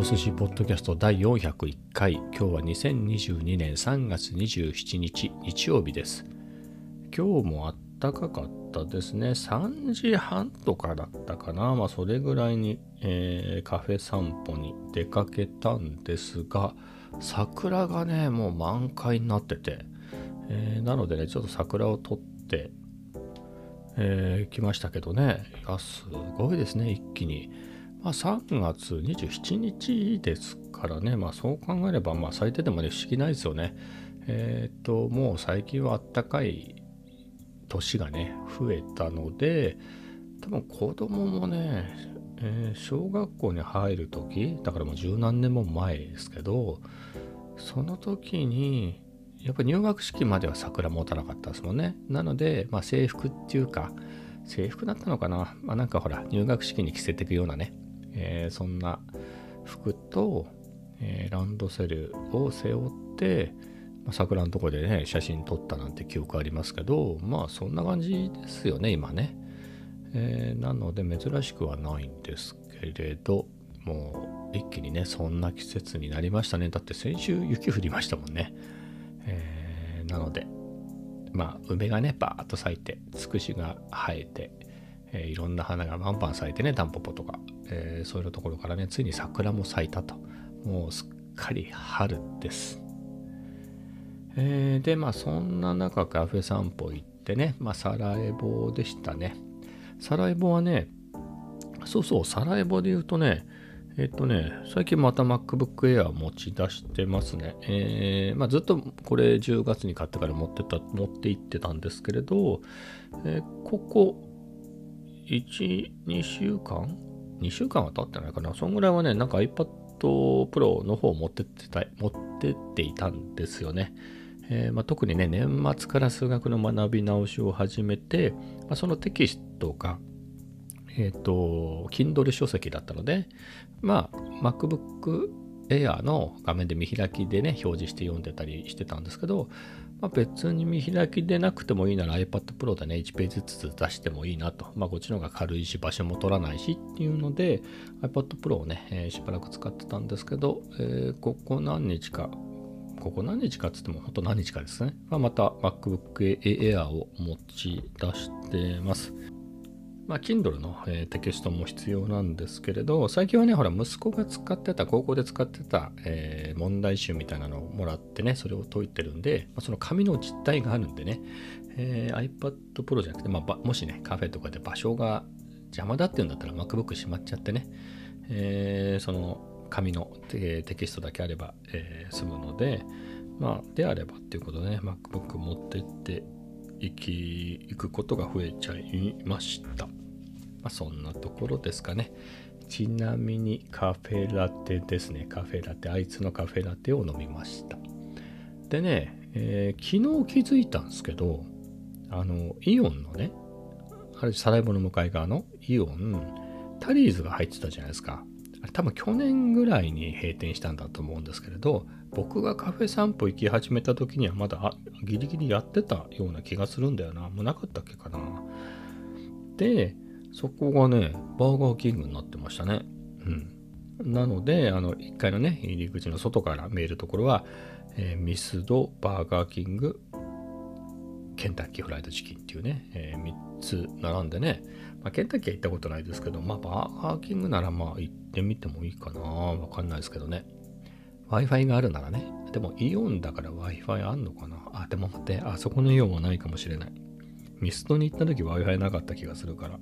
寿司ポッドキャスト第401回。今日は2022年3月27日日曜日です。今日も暖かかったですね。3時半とかだったかな。それぐらいに、カフェ散歩に出かけたんですが、桜がねもう満開になってて、なのでねちょっと桜を撮って来ましたけどね。いやすごいですね。一気に3月27日ですからね。そう考えれば最低でもね不思議ないですよね。もう最近は暖かい年がね増えたので、多分子供もね、小学校に入る時だからもう十何年も前ですけど、その時にやっぱり入学式までは桜持たなかったですもんね。なので制服っていうか、制服だったのかな、なんかほら入学式に着せていくようなね、そんな服と、ランドセルを背負って、桜のところでね写真撮ったなんて記憶ありますけど、そんな感じですよね今ね。なので珍しくはないんですけれど、もう一気にねそんな季節になりましたね。だって先週雪降りましたもんね。なので梅がねバーッと咲いて、つくしが生えて、いろんな花がバンバン咲いてね、タンポポとか、そういうところからねついに桜も咲いたと、もうすっかり春です。でそんな中カフェ散歩行ってね、サラエボでしたね。サラエボはね、サラエボで言うとね、最近また MacBook Air 持ち出してますね。ずっとこれ10月に買ってから持って行ってたんですけれど、ここ1、2週間 ?2 週間は経ってないかな。そんぐらいはね、なんか iPad Pro の方を持ってっていたんですよね。特にね、年末から数学の学び直しを始めて、そのテキストがKindle 書籍だったので、MacBook Air の画面で見開きでね表示して読んでたりしてたんですけど、別に見開きでなくてもいいなら iPad Pro でね1ページずつ出してもいいなと、こっちの方が軽いし場所も取らないしっていうので iPad Pro をね、しばらく使ってたんですけど、ここ何日かっつっても本当何日かですね、また MacBook Air を持ち出してます。Kindle の、テキストも必要なんですけれど、最近はね、ほら、息子が高校で使ってた、問題集みたいなのをもらってね、それを解いてるんで、その紙の実体があるんでね、iPad Pro じゃなくて、もしね、カフェとかで場所が邪魔だっていうんだったら MacBook しまっちゃってね、その紙の、テキストだけあれば、済むので、であればっていうことでね、MacBook 持ってって行くことが増えちゃいました。そんなところですかね。ちなみにカフェラテですね。あいつのカフェラテを飲みました。でね、昨日気づいたんですけど、イオンのね、あれサラエボの向かい側のイオン、タリーズが入ってたじゃないですか。あれ多分去年ぐらいに閉店したんだと思うんですけれど、僕がカフェ散歩行き始めた時にはまだギリギリやってたような気がするんだよな。もうなかったっけかな。で、そこがね、バーガーキングになってましたね。なので、1階のね、入り口の外から見えるところは、ミスド、バーガーキング、ケンタッキーフライドチキンっていうね、3つ並んでね、ケンタッキーは行ったことないですけど、バーガーキングなら行ってみてもいいかな。わかんないですけどね。Wi-Fi があるならね。でもイオンだから Wi-Fi あんのかな。でも待って、そこのイオンはないかもしれない。ミストに行った時 Wi-Fi なかった気がするから。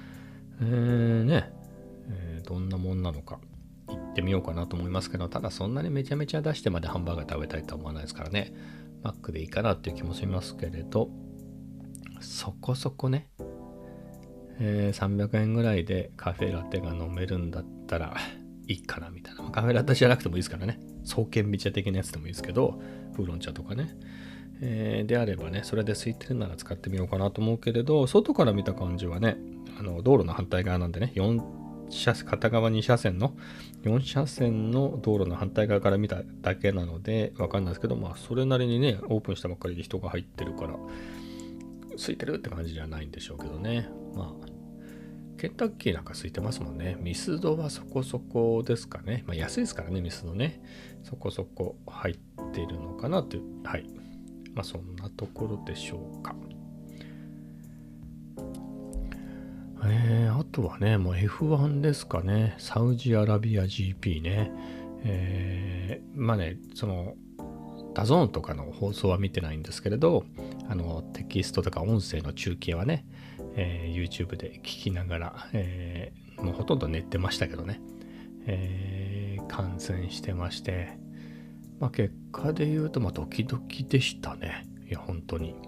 どんなもんなのか行ってみようかなと思いますけど、ただそんなにめちゃめちゃ出してまでハンバーガー食べたいとは思わないですからね。マックでいいかなっていう気もしますけれど、そこそこね、300円ぐらいでカフェラテが飲めるんだったらいいかなみたいな。カフェラテじゃなくてもいいですからね。爽健美茶的なやつでもいいですけど、ウーロン茶とかね。であればね、それで空いてるなら使ってみようかなと思うけれど、外から見た感じはね、道路の反対側なんでね、片側2車線の4車線の道路の反対側から見ただけなのでわかんないですけど、それなりにねオープンしたばっかりで人が入ってるから空いてるって感じじゃないんでしょうけどね。 ケンタッキーなんか空いてますもんね。ミスドはそこそこですかね。安いですからね、ミスドね。そこそこ入っているのかなという。はい。そんなところでしょうか。あとはね、もう F1 ですかね。サウジアラビア GP ね。そのダゾーンとかの放送は見てないんですけれど、テキストとか音声の中継はね、YouTube で聞きながら、もうほとんど寝てましたけどね、観戦してまして、結果で言うとドキドキでしたね。いや本当に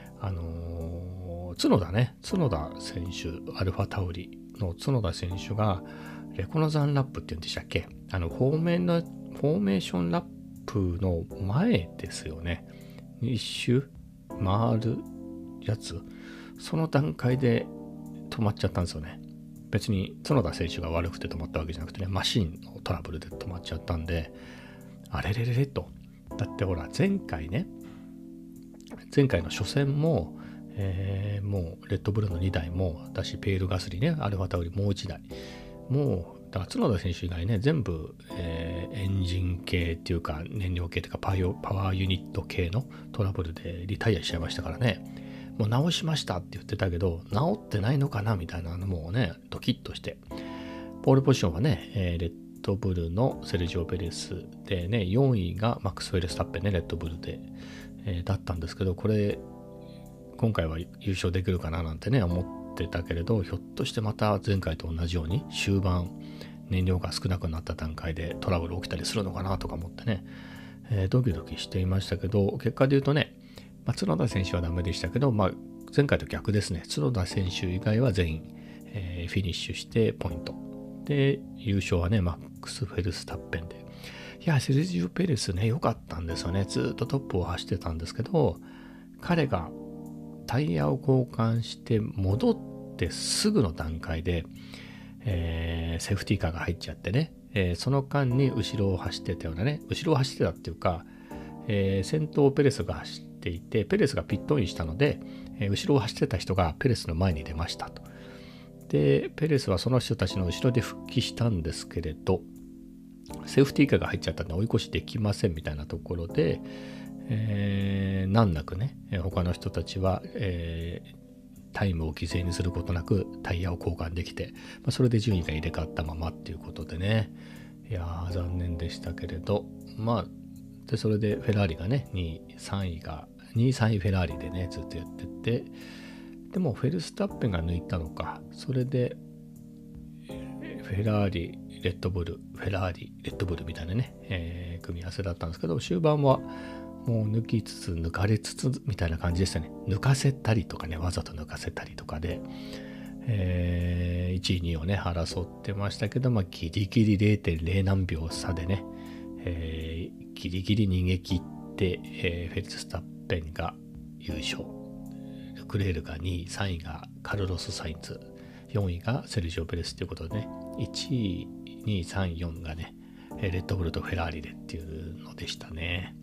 角田選手、アルファタウリの角田選手がレコナザンラップって言うんでしたっけ、フォーメーションラップの前ですよね。一周回るやつ、その段階で止まっちゃったんですよね。別に角田選手が悪くて止まったわけじゃなくてね、マシンのトラブルで止まっちゃったんで、あれれれれと。だってほら前回の初戦も、もうレッドブルの2台もだし、ペールガスリね、アルファタウリもう1台、もうだから角田選手以外ね、全部、エンジン系っていうか燃料系というかパワーユニット系のトラブルでリタイアしちゃいましたからね。もう直しましたって言ってたけど、直ってないのかなみたいなのもね、ドキッとして、ポールポジションはね、レッドブルのセルジオ・ペレスでね、4位がマックス・フェルスタッペンね、レッドブルで、だったんですけど、これ今回は優勝できるかななんてね思ってたけれど、ひょっとしてまた前回と同じように終盤燃料が少なくなった段階でトラブル起きたりするのかなとか思ってね、ドキドキしていましたけど、結果で言うとね、角田選手はダメでしたけど、前回と逆ですね。角田選手以外は全員、フィニッシュしてポイントで、優勝はねマックス・フェルスタッペンで、いやセルジオ・ペレスね良かったんですよね。ずっとトップを走ってたんですけど、彼がタイヤを交換して戻ってすぐの段階で、セーフティーカーが入っちゃってね、その間に後ろを走ってたようなね、後ろを走ってたっていうか、先頭ペレスが走っていて、ペレスがピットインしたので、後ろを走ってた人がペレスの前に出ましたと。でペレスはその人たちの後ろで復帰したんですけれど、セーフティーカーが入っちゃったんで追い越しできませんみたいなところで、難なくね他の人たちは、タイムを犠牲にすることなくタイヤを交換できて、それで順位が入れ替わったままっていうことでね、いやー残念でしたけれど、でそれでフェラーリがね2位3位フェラーリでねずっとやってて、でもフェルスタッペンが抜いたのか、それでフェラーリレッドブルフェラーリレッドブルみたいなね、組み合わせだったんですけど、終盤はもう抜きつつ抜かれつつみたいな感じでしたね。抜かせたりとかね、わざと抜かせたりとかで、1位2位をね争ってましたけど、ギリギリ 0.0 何秒差でね、ギリギリ逃げ切って、フェルスタッペンが優勝、ルクレールが2位、3位がカルロス・サインズ、4位がセルジオ・ペレスということでね、1位2位3位4がねレッドブルとフェラーリでっていうのでしたね。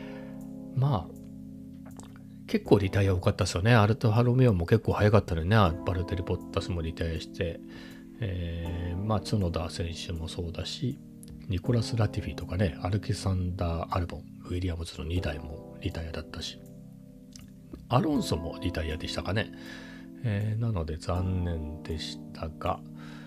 結構リタイア多かったですよね。アルト・ハロメオも結構早かったのにね、バルテリ・ボッタスもリタイアして、角田選手もそうだし、ニコラス・ラティフィとかね、アルキサンダー・アルボン、ウィリアムズの2台もリタイアだったし、アロンソもリタイアでしたかね。なので残念でしたが、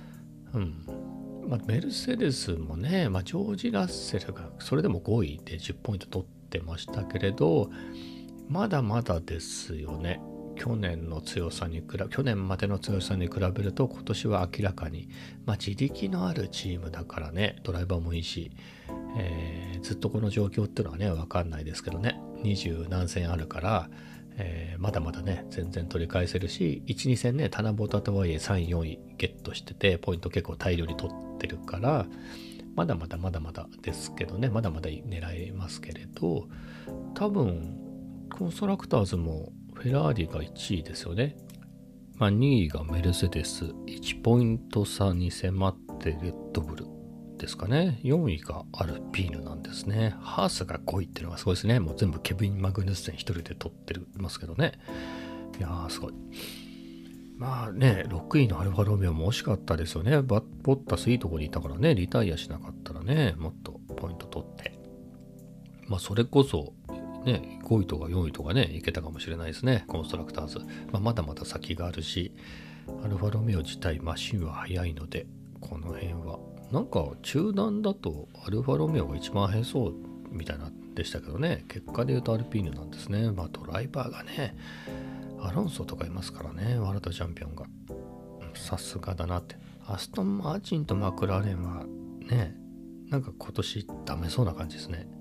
メルセデスもね、ジョージ・ラッセルがそれでも5位で10ポイント取ってましたけれど、まだまだですよね。去年までの強さに比べると今年は明らかに、自力のあるチームだからね、ドライバーもいいし、ずっとこの状況っていうのはね分かんないですけどね、20何戦あるから、まだまだね全然取り返せるし、 1,2 戦ね棚ぼたとはいえ3位4位ゲットしてて、ポイント結構大量に取ってるから、まだまだですけどね、まだまだ狙えますけれど、多分コンストラクターズもフェラーリが1位ですよね。2位がメルセデス、1ポイント差に迫ってレッドブルですかね。4位がアルピーヌなんですね。ハースが5位っていうのがすごいですね。もう全部ケビン・マグヌッセン一人で取ってますけどね。いやーすごい。 まあね、6位のアルファロメオも惜しかったですよね。ボッタスいいとこにいたからね、リタイアしなかったらね、もっとポイント取って。まあそれこそ、ね、5位とか4位とかね、いけたかもしれないですね、コンストラクターズ。まだまだ先があるし、アルファロメオ自体マシンは速いので、この辺は。なんか中段だとアルファロメオが一番速そうみたいなでしたけどね、結果で言うとアルピーヌなんですね。まあドライバーがね、アロンソとかいますからね、ワールドチャンピオンが。さすがだなって。アストン・マーチンとマクラーレンはね、なんか今年ダメそうな感じですね。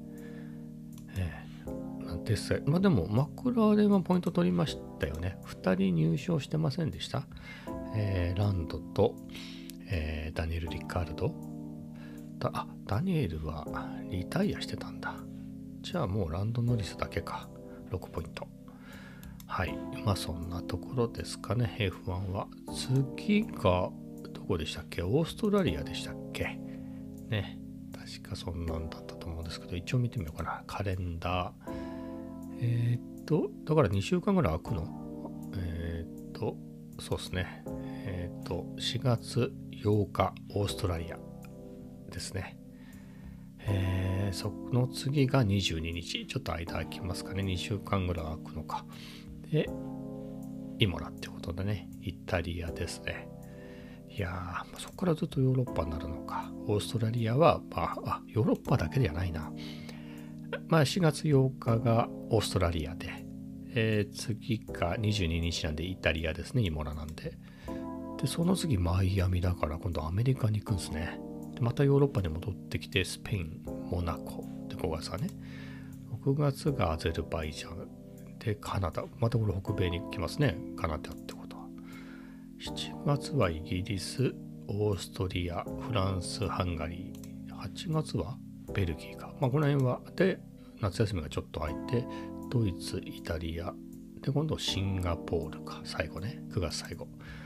なんてさ、まあでもマクラーレンはポイント取りましたよね。2人入賞してませんでした。ランドと、ダニエル・リカルド。ダニエルはリタイアしてたんだ。じゃあもうランド・ノリスだけか。6ポイント。はい。まあそんなところですかね、F1 は。次が、どこでしたっけ？オーストラリアでしたっけ？ね。確かそんなんだったと思うんですけど、一応見てみようかな。カレンダー。だから2週間ぐらい空くの？そうですね。4月8日、オーストラリアですね。その次が22日。ちょっと間空きますかね。2週間ぐらい空くのか。で、イモラってことでね、イタリアですね。いやー、そこからずっとヨーロッパになるのか。オーストラリアは、ヨーロッパだけではないな。4月8日がオーストラリアで、次が22日なんでイタリアですね、イモラなんで。で、その次マイアミだから今度アメリカに行くんですね。でまたヨーロッパに戻ってきて、スペイン、モナコ。で、5月はね。6月がアゼルバイジャン。で、カナダ。またこれ北米に来ますね。カナダってことは。7月はイギリス、オーストリア、フランス、ハンガリー。8月はベルギーか。この辺は。で、夏休みがちょっと空いて、ドイツ、イタリア。で、今度シンガポールか。最後ね。9月最後。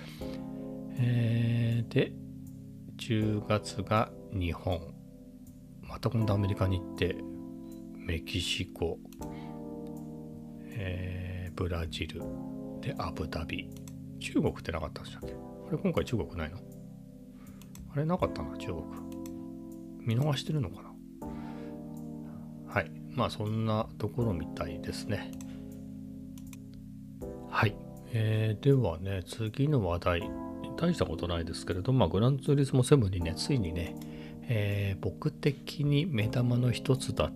で、10月が日本。また今度アメリカに行って、メキシコ。ブラジルでアブダビ。中国ってなかったんでしたっけ？あれ今回中国ないの？あれなかったな、中国。見逃してるのかな？はい。まあそんなところみたいですね。はい。ではね、次の話題。大したことないですけれど、グランツーリスモ7にね、ついにね、僕的に目玉の一つだった、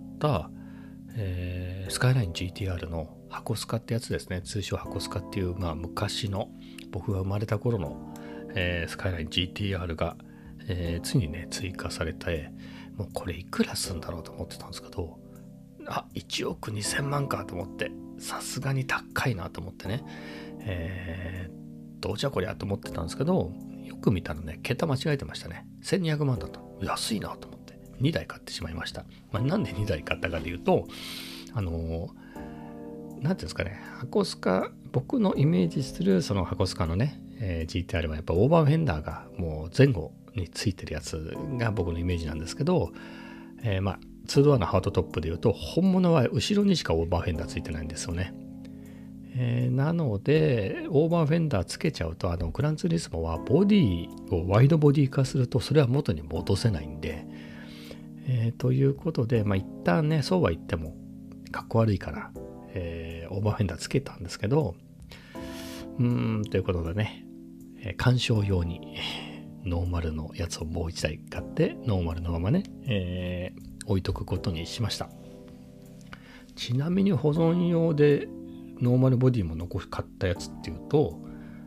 スカイライン GTR の箱スカってやつですね。通称箱スカっていう、昔の僕が生まれた頃の、スカイライン GTR が、ついにね追加されて、もうこれいくらすんだろうと思ってたんですけど、1億2000万かと思って、さすがに高いなと思ってね、どうじゃこりゃと思ってたんですけど、よく見たらね、桁間違えてましたね。1200万だと。安いなと思って2台買ってしまいました。なんで2台買ったかというと、なんていうんですかね、箱スカ、僕のイメージするその箱スカのね、GTR はやっぱオーバーフェンダーがもう前後についてるやつが僕のイメージなんですけど、2ドアのハードトップでいうと、本物は後ろにしかオーバーフェンダーついてないんですよね。なのでオーバーフェンダーつけちゃうと、グランツーリスモはボディをワイドボディ化するとそれは元に戻せないんで、ということで、一旦ね、そうは言ってもかっこ悪いから、オーバーフェンダーつけたんですけど、ということでね、鑑賞用にノーマルのやつをもう一台買って、ノーマルのままね、置いとくことにしました。ちなみに保存用でノーマルボディも買ったやつっていうと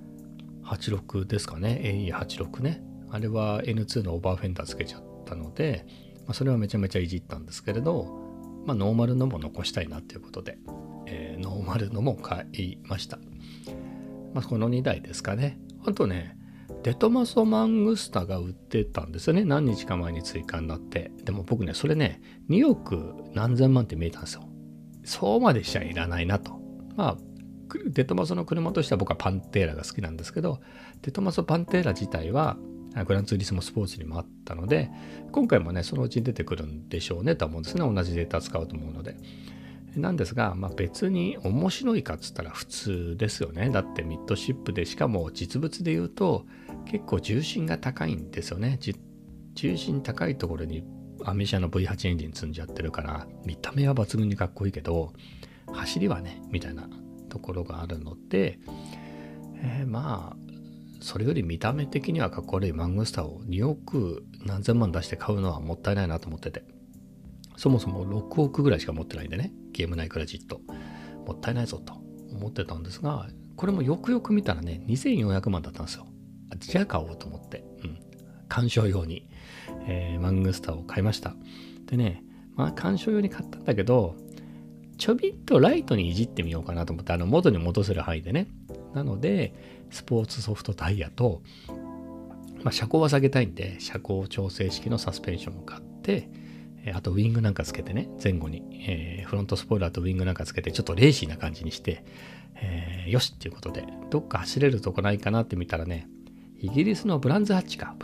86ですかね。 AE86 ね。あれは N2 のオーバーフェンダーつけちゃったので、それはめちゃめちゃいじったんですけれど、ノーマルのも残したいなっていうことで、ノーマルのも買いました。この2台ですかね。あとね、デトマソマングスタが売ってたんですよね。何日か前に追加になって。でも僕ね、それね、2億何千万って見えたんですよ。そうまでしちゃいらないなと。デトマソの車としては僕はパンテーラが好きなんですけど、デトマソパンテーラ自体はグランツーリスモスポーツにもあったので、今回もね、そのうち出てくるんでしょうねと思うんですね。同じデータ使うと思うので。 なんですが、別に面白いかっつったら普通ですよね。だってミッドシップで、しかも実物で言うと結構重心が高いんですよね。重心高いところにアメ車の V8 エンジン積んじゃってるから、見た目は抜群にかっこいいけど走りはねみたいなところがあるので、それより見た目的にはかっこ悪いマングスタを2億何千万出して買うのはもったいないなと思ってて、そもそも6億ぐらいしか持ってないんでね、ゲーム内クレジットもったいないぞと思ってたんですが、これもよくよく見たらね2400万だったんですよ。じゃあ買おうと思って、鑑賞用に、マングスタを買いました。でね、鑑賞用に買ったんだけど、ちょびっとライトにいじってみようかなと思って、元に戻せる範囲でね。なのでスポーツソフトタイヤと、車高は下げたいんで車高調整式のサスペンションを買って、あとウィングなんかつけてね、前後に、フロントスポイラーとウィングなんかつけてちょっとレーシーな感じにして、よしっていうことでどっか走れるとこないかなって見たらね、イギリスのブランズハッ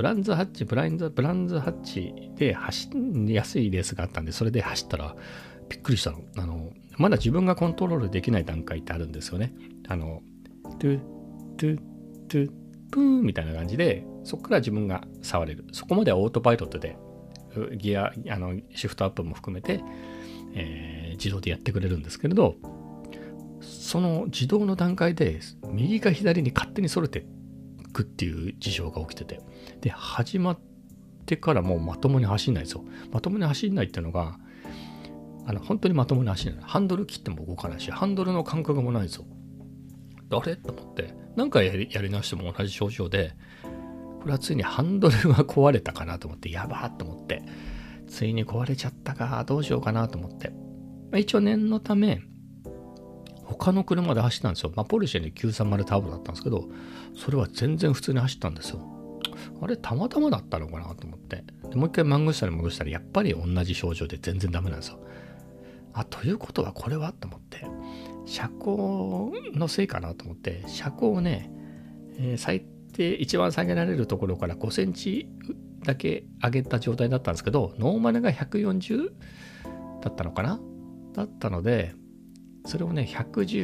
チで走りやすいレースがあったんで、それで走ったらびっくりしたの。まだ自分がコントロールできない段階ってあるんですよね。トゥトゥトゥプーンみたいな感じで、そこから自分が触れる。そこまではオートパイロットでギアシフトアップも含めて、自動でやってくれるんですけれど、その自動の段階で右か左に勝手にそれていくっていう事象が起きてて、で始まってからもうまともに走んないですよ。まともに走んないっていうのが本当にまともに走んない。ハンドル切っても動かないし、ハンドルの感覚もないですよ。あれと思って、何回やり直しても同じ症状で、これはついにハンドルが壊れたかなと思って、やばーと思って、ついに壊れちゃったか、どうしようかなと思って、一応念のため他の車で走ったんですよ。ポルシェに930ターボだったんですけど、それは全然普通に走ったんですよ。あれたまたまだったのかなと思って、でもう一回マングスタに戻したらやっぱり同じ症状で全然ダメなんですよ。ということはこれはと思って、車高のせいかなと思って、車高をね、最低一番下げられるところから5センチだけ上げた状態だったんですけど、ノーマルが140だったのかな、だったので、それをね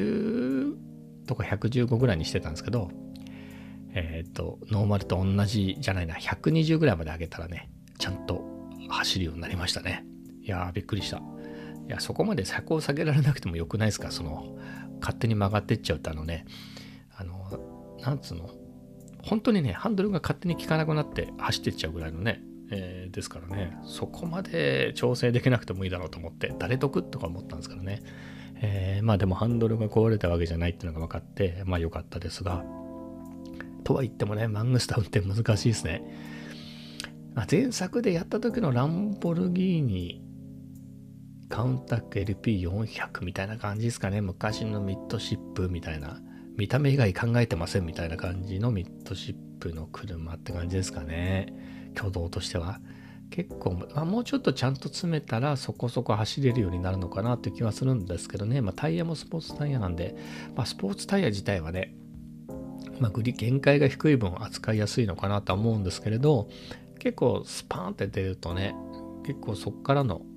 110とか115ぐらいにしてたんですけど、ノーマルと同じじゃないな、120ぐらいまで上げたらね、ちゃんと走るようになりましたね。いやーびっくりした。いや、そこまで車高を下げられなくてもよくないですか。勝手に曲がってっちゃうってなんつうの、本当にねハンドルが勝手に効かなくなって走ってっちゃうぐらいのね、ですからね、そこまで調整できなくてもいいだろうと思って、誰得とか思ったんですからね。でもハンドルが壊れたわけじゃないっていうのが分かって、良かったですが、とは言ってもね、マングスタ運転難しいですね。前作でやった時のランボルギーニカウンタック LP400 みたいな感じですかね。昔のミッドシップみたいな、見た目以外考えてませんみたいな感じのミッドシップの車って感じですかね。挙動としては結構、もうちょっとちゃんと詰めたらそこそこ走れるようになるのかなって気はするんですけどね。タイヤもスポーツタイヤなんで、スポーツタイヤ自体はね、限界が低い分扱いやすいのかなとは思うんですけれど、結構スパーンって出るとね、結構そこからの、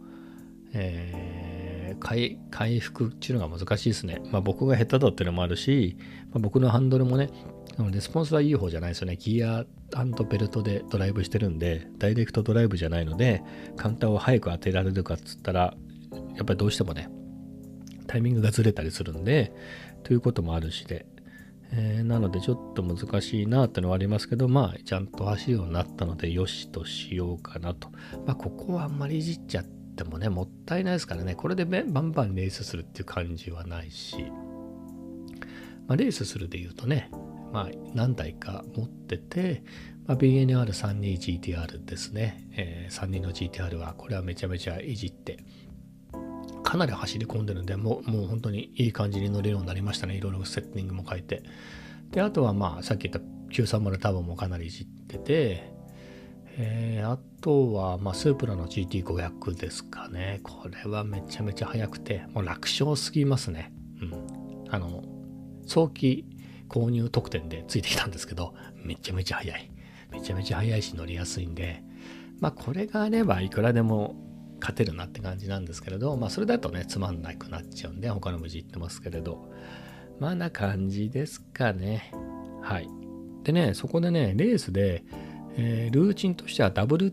回復っていうのが難しいですね。僕が下手だっていうのもあるし、僕のハンドルもね、レスポンスはいい方じゃないですよね。ギア&ベルトでドライブしてるんで、ダイレクトドライブじゃないので、カウンターを早く当てられるかっつったら、やっぱりどうしてもね、タイミングがずれたりするんで、ということもあるしで、なのでちょっと難しいなってのはありますけど、ちゃんと走るようになったのでよしとしようかなと。ここはあんまりいじっちゃってもね、もったいないですからね。これでバンバンレースするっていう感じはないし、レースするで言うとね、何台か持ってて、BNR32GTR ですね、32の GTR はこれはめちゃめちゃいじってかなり走り込んでるんで、もう本当にいい感じに乗れるようになりましたね。いろいろセッティングも変えて、であとはさっき言った930ターボもかなりいじってて、あとはスープラの GT500 ですかね。これはめちゃめちゃ速くて、もう楽勝すぎますね。早期購入特典でついてきたんですけど、めちゃめちゃ速いし乗りやすいんで、これがあればいくらでも勝てるなって感じなんですけれど、それだとねつまんなくなっちゃうんで他の無事言ってますけれど、な感じですかね。はい。でね、そこでねレースで、ルーチンとしては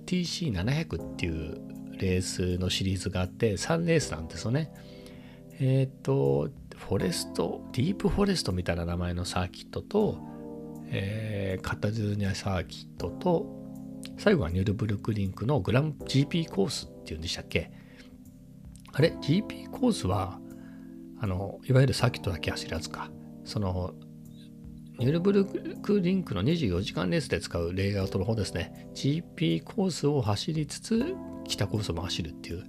WTC700 っていうレースのシリーズがあって3レースなんですよね。フォレスト、ディープフォレストみたいな名前のサーキットと、カタルーニャサーキットと、最後はニュルブルクリンクのグラン GP コースっていうんでしたっけ。あれ GP コースはいわゆるサーキットだけ走るやつか。そのニュルブルクリンクの24時間レースで使うレイアウトの方ですね。 GP コースを走りつつ北コースも走るっていう、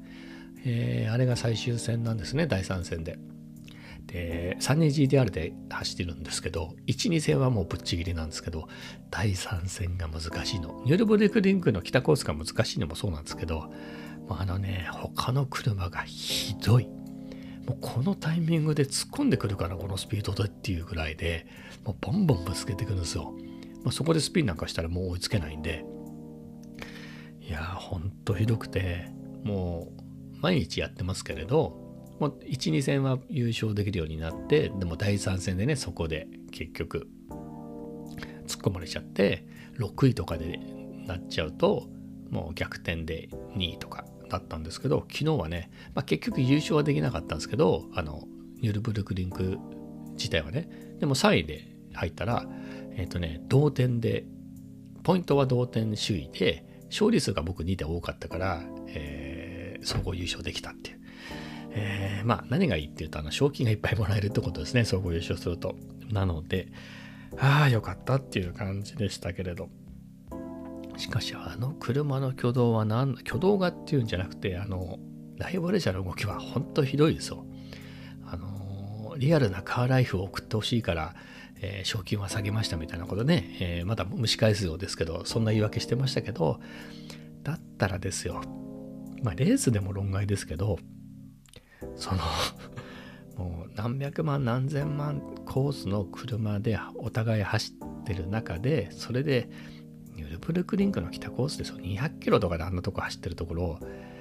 あれが最終戦なんですね、第3戦で。で 32GTR で走ってるんですけど、1、2戦はもうぶっちぎりなんですけど、第3戦が難しいの。ニュルブルクリンクの北コースが難しいのもそうなんですけど、他の車がひどい。もうこのタイミングで突っ込んでくるからこのスピードでっていうぐらいで、もうボンボンぶつけてくるんですよ。そこでスピンなんかしたらもう追いつけないんで、いやーほんとひどくて、もう毎日やってますけれど、もう 1,2 戦は優勝できるようになって、でも第3戦でねそこで結局突っ込まれちゃって6位とかでなっちゃうともう逆転で2位とかだったんですけど、昨日はね、結局優勝はできなかったんですけど、ニュルブルクリンク自体はね、でも3位で入ったら同点で、ポイントは同点首位で勝利数が僕2で多かったから、総合優勝できたっていう。何がいいっていうと賞金がいっぱいもらえるってことですね、総合優勝すると。なのでよかったっていう感じでしたけれど、しかし車の挙動は挙動がっていうんじゃなくて、ライバル車の動きは本当ひどいですよ。リアルなカーライフを送ってほしいから、賞金は下げましたみたいなことね、まだ蒸し返すようですけど、そんな言い訳してましたけど、だったらですよ、レースでも論外ですけど、もう何百万何千万コースの車でお互い走ってる中で、それでニュルブルクリンクの北コースですよ、200キロとかであんなとこ走ってるところを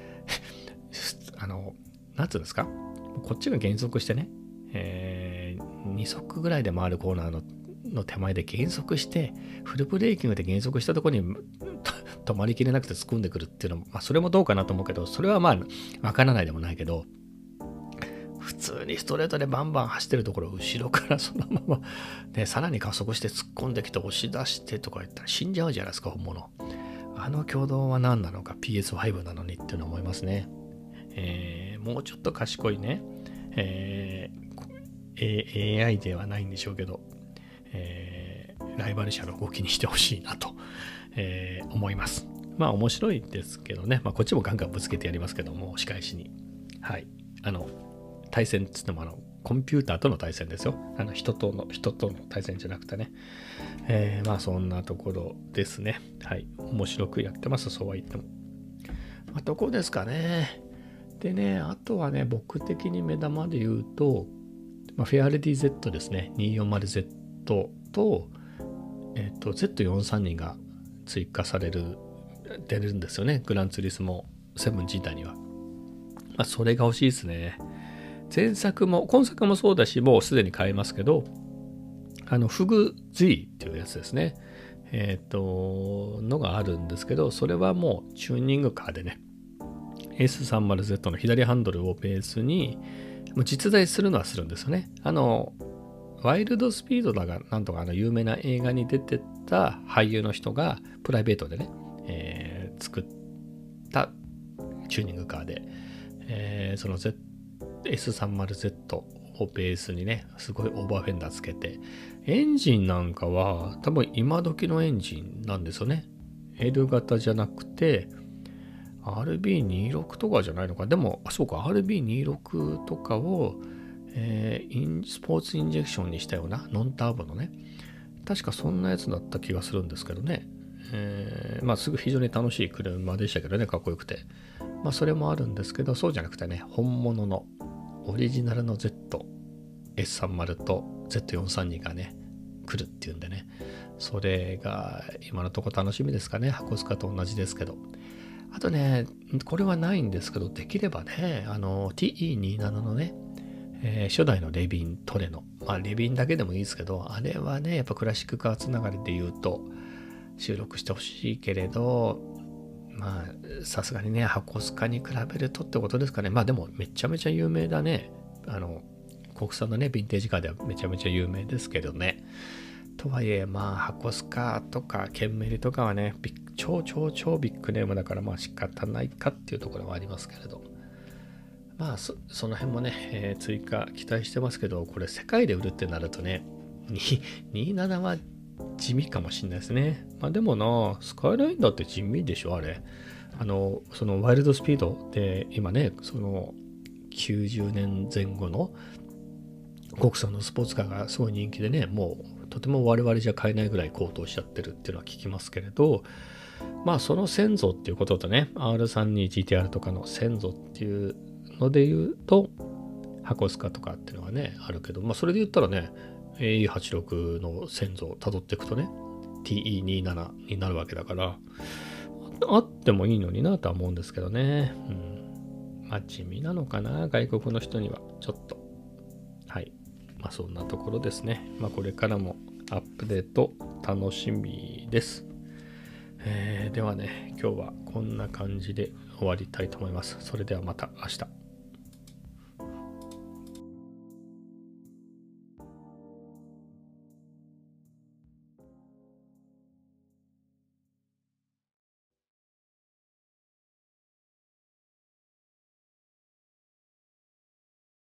なんつうんですか、こっちが減速してね、2速ぐらいで回るコーナーの手前で減速してフルブレーキングで減速したところに止まりきれなくて突っ込んでくるっていうのも、それもどうかなと思うけど、それはわからないでもないけど、普通にストレートでバンバン走ってるところを後ろからそのまま、ね、さらに加速して突っ込んできて押し出してとか言ったら死んじゃうじゃないですか、本物。挙動は何なのか、 PS5 なのにっていうのを思いますね。もうちょっと賢いね、AI ではないんでしょうけど、ライバル社の動きにしてほしいなと、思います。面白いですけどね、こっちもガンガンぶつけてやりますけども、仕返しに。はい。対戦っつってもコンピューターとの対戦ですよ。人との対戦じゃなくてね。そんなところですね。はい。面白くやってます、そうは言っても。どこですかね。でね、あとはね、僕的に目玉で言うと、フェアレディ Z ですね。240Z と、Z432 が追加出るんですよね。グランツーリスモ7自体には。それが欲しいですね。今作もそうだし、もうすでに買えますけど、フグ Z っていうやつですね。のがあるんですけど、それはもうチューニングカーでね、S30Z の左ハンドルをベースに、もう実在するのはするんですよね。ワイルドスピードだが、なんとか有名な映画に出てた俳優の人がプライベートでね、作ったチューニングカーで、その S30Z をベースにね、すごいオーバーフェンダーつけて、エンジンなんかは多分今時のエンジンなんですよね。L 型じゃなくて RB26 とかじゃないのか。でもそうか、 RB26 とかを、スポーツインジェクションにしたようなノンターボのね、確かそんなやつだった気がするんですけどね。すぐ非常に楽しい車でしたけどね、かっこよくて。それもあるんですけど、そうじゃなくてね、本物のオリジナルの Z、S30 と Z432 がね、来るっていうんでね、それが今のところ楽しみですかね。箱スカと同じですけど。 あとね、これはないんですけど、できればね、TE27 のね、初代のレビントレノ。まあ、レビンだけでもいいですけど、あれはね、やっぱクラシックカーつながりで言うと、収録してほしいけれど、まあ、さすがにね、箱スカに比べるとってことですかね。まあでも、めちゃめちゃ有名だね。国産のね、ヴィンテージカーではめちゃめちゃ有名ですけどね。とはいえ、まあ、箱スカとか、ケンメリとかはね、超超超ビッグネームだから、まあ仕方ないかっていうところはありますけれど。まあ、その辺もね、追加期待してますけど、これ世界で売るってなるとね、27は地味かもしれないですね。まあでもな、スカイラインだって地味でしょ、あれ。そのワイルドスピードで、今ね、その90年前後の国産のスポーツカーがすごい人気でね、もうとても我々じゃ買えないぐらい高騰しちゃってるっていうのは聞きますけれど、まあその先祖っていうこととね、R32GTR とかの先祖っていうので言うと、箱スカとかっていうのはね、あるけど、まあそれで言ったらね、AE86 の先祖をたどっていくとね、TE27 になるわけだから、あってもいいのになとは思うんですけどね。まあ地味なのかな、外国の人には。ちょっと。はい。まあそんなところですね。まあこれからもアップデート楽しみです。ではね、今日はこんな感じで終わりたいと思います。それではまた明日。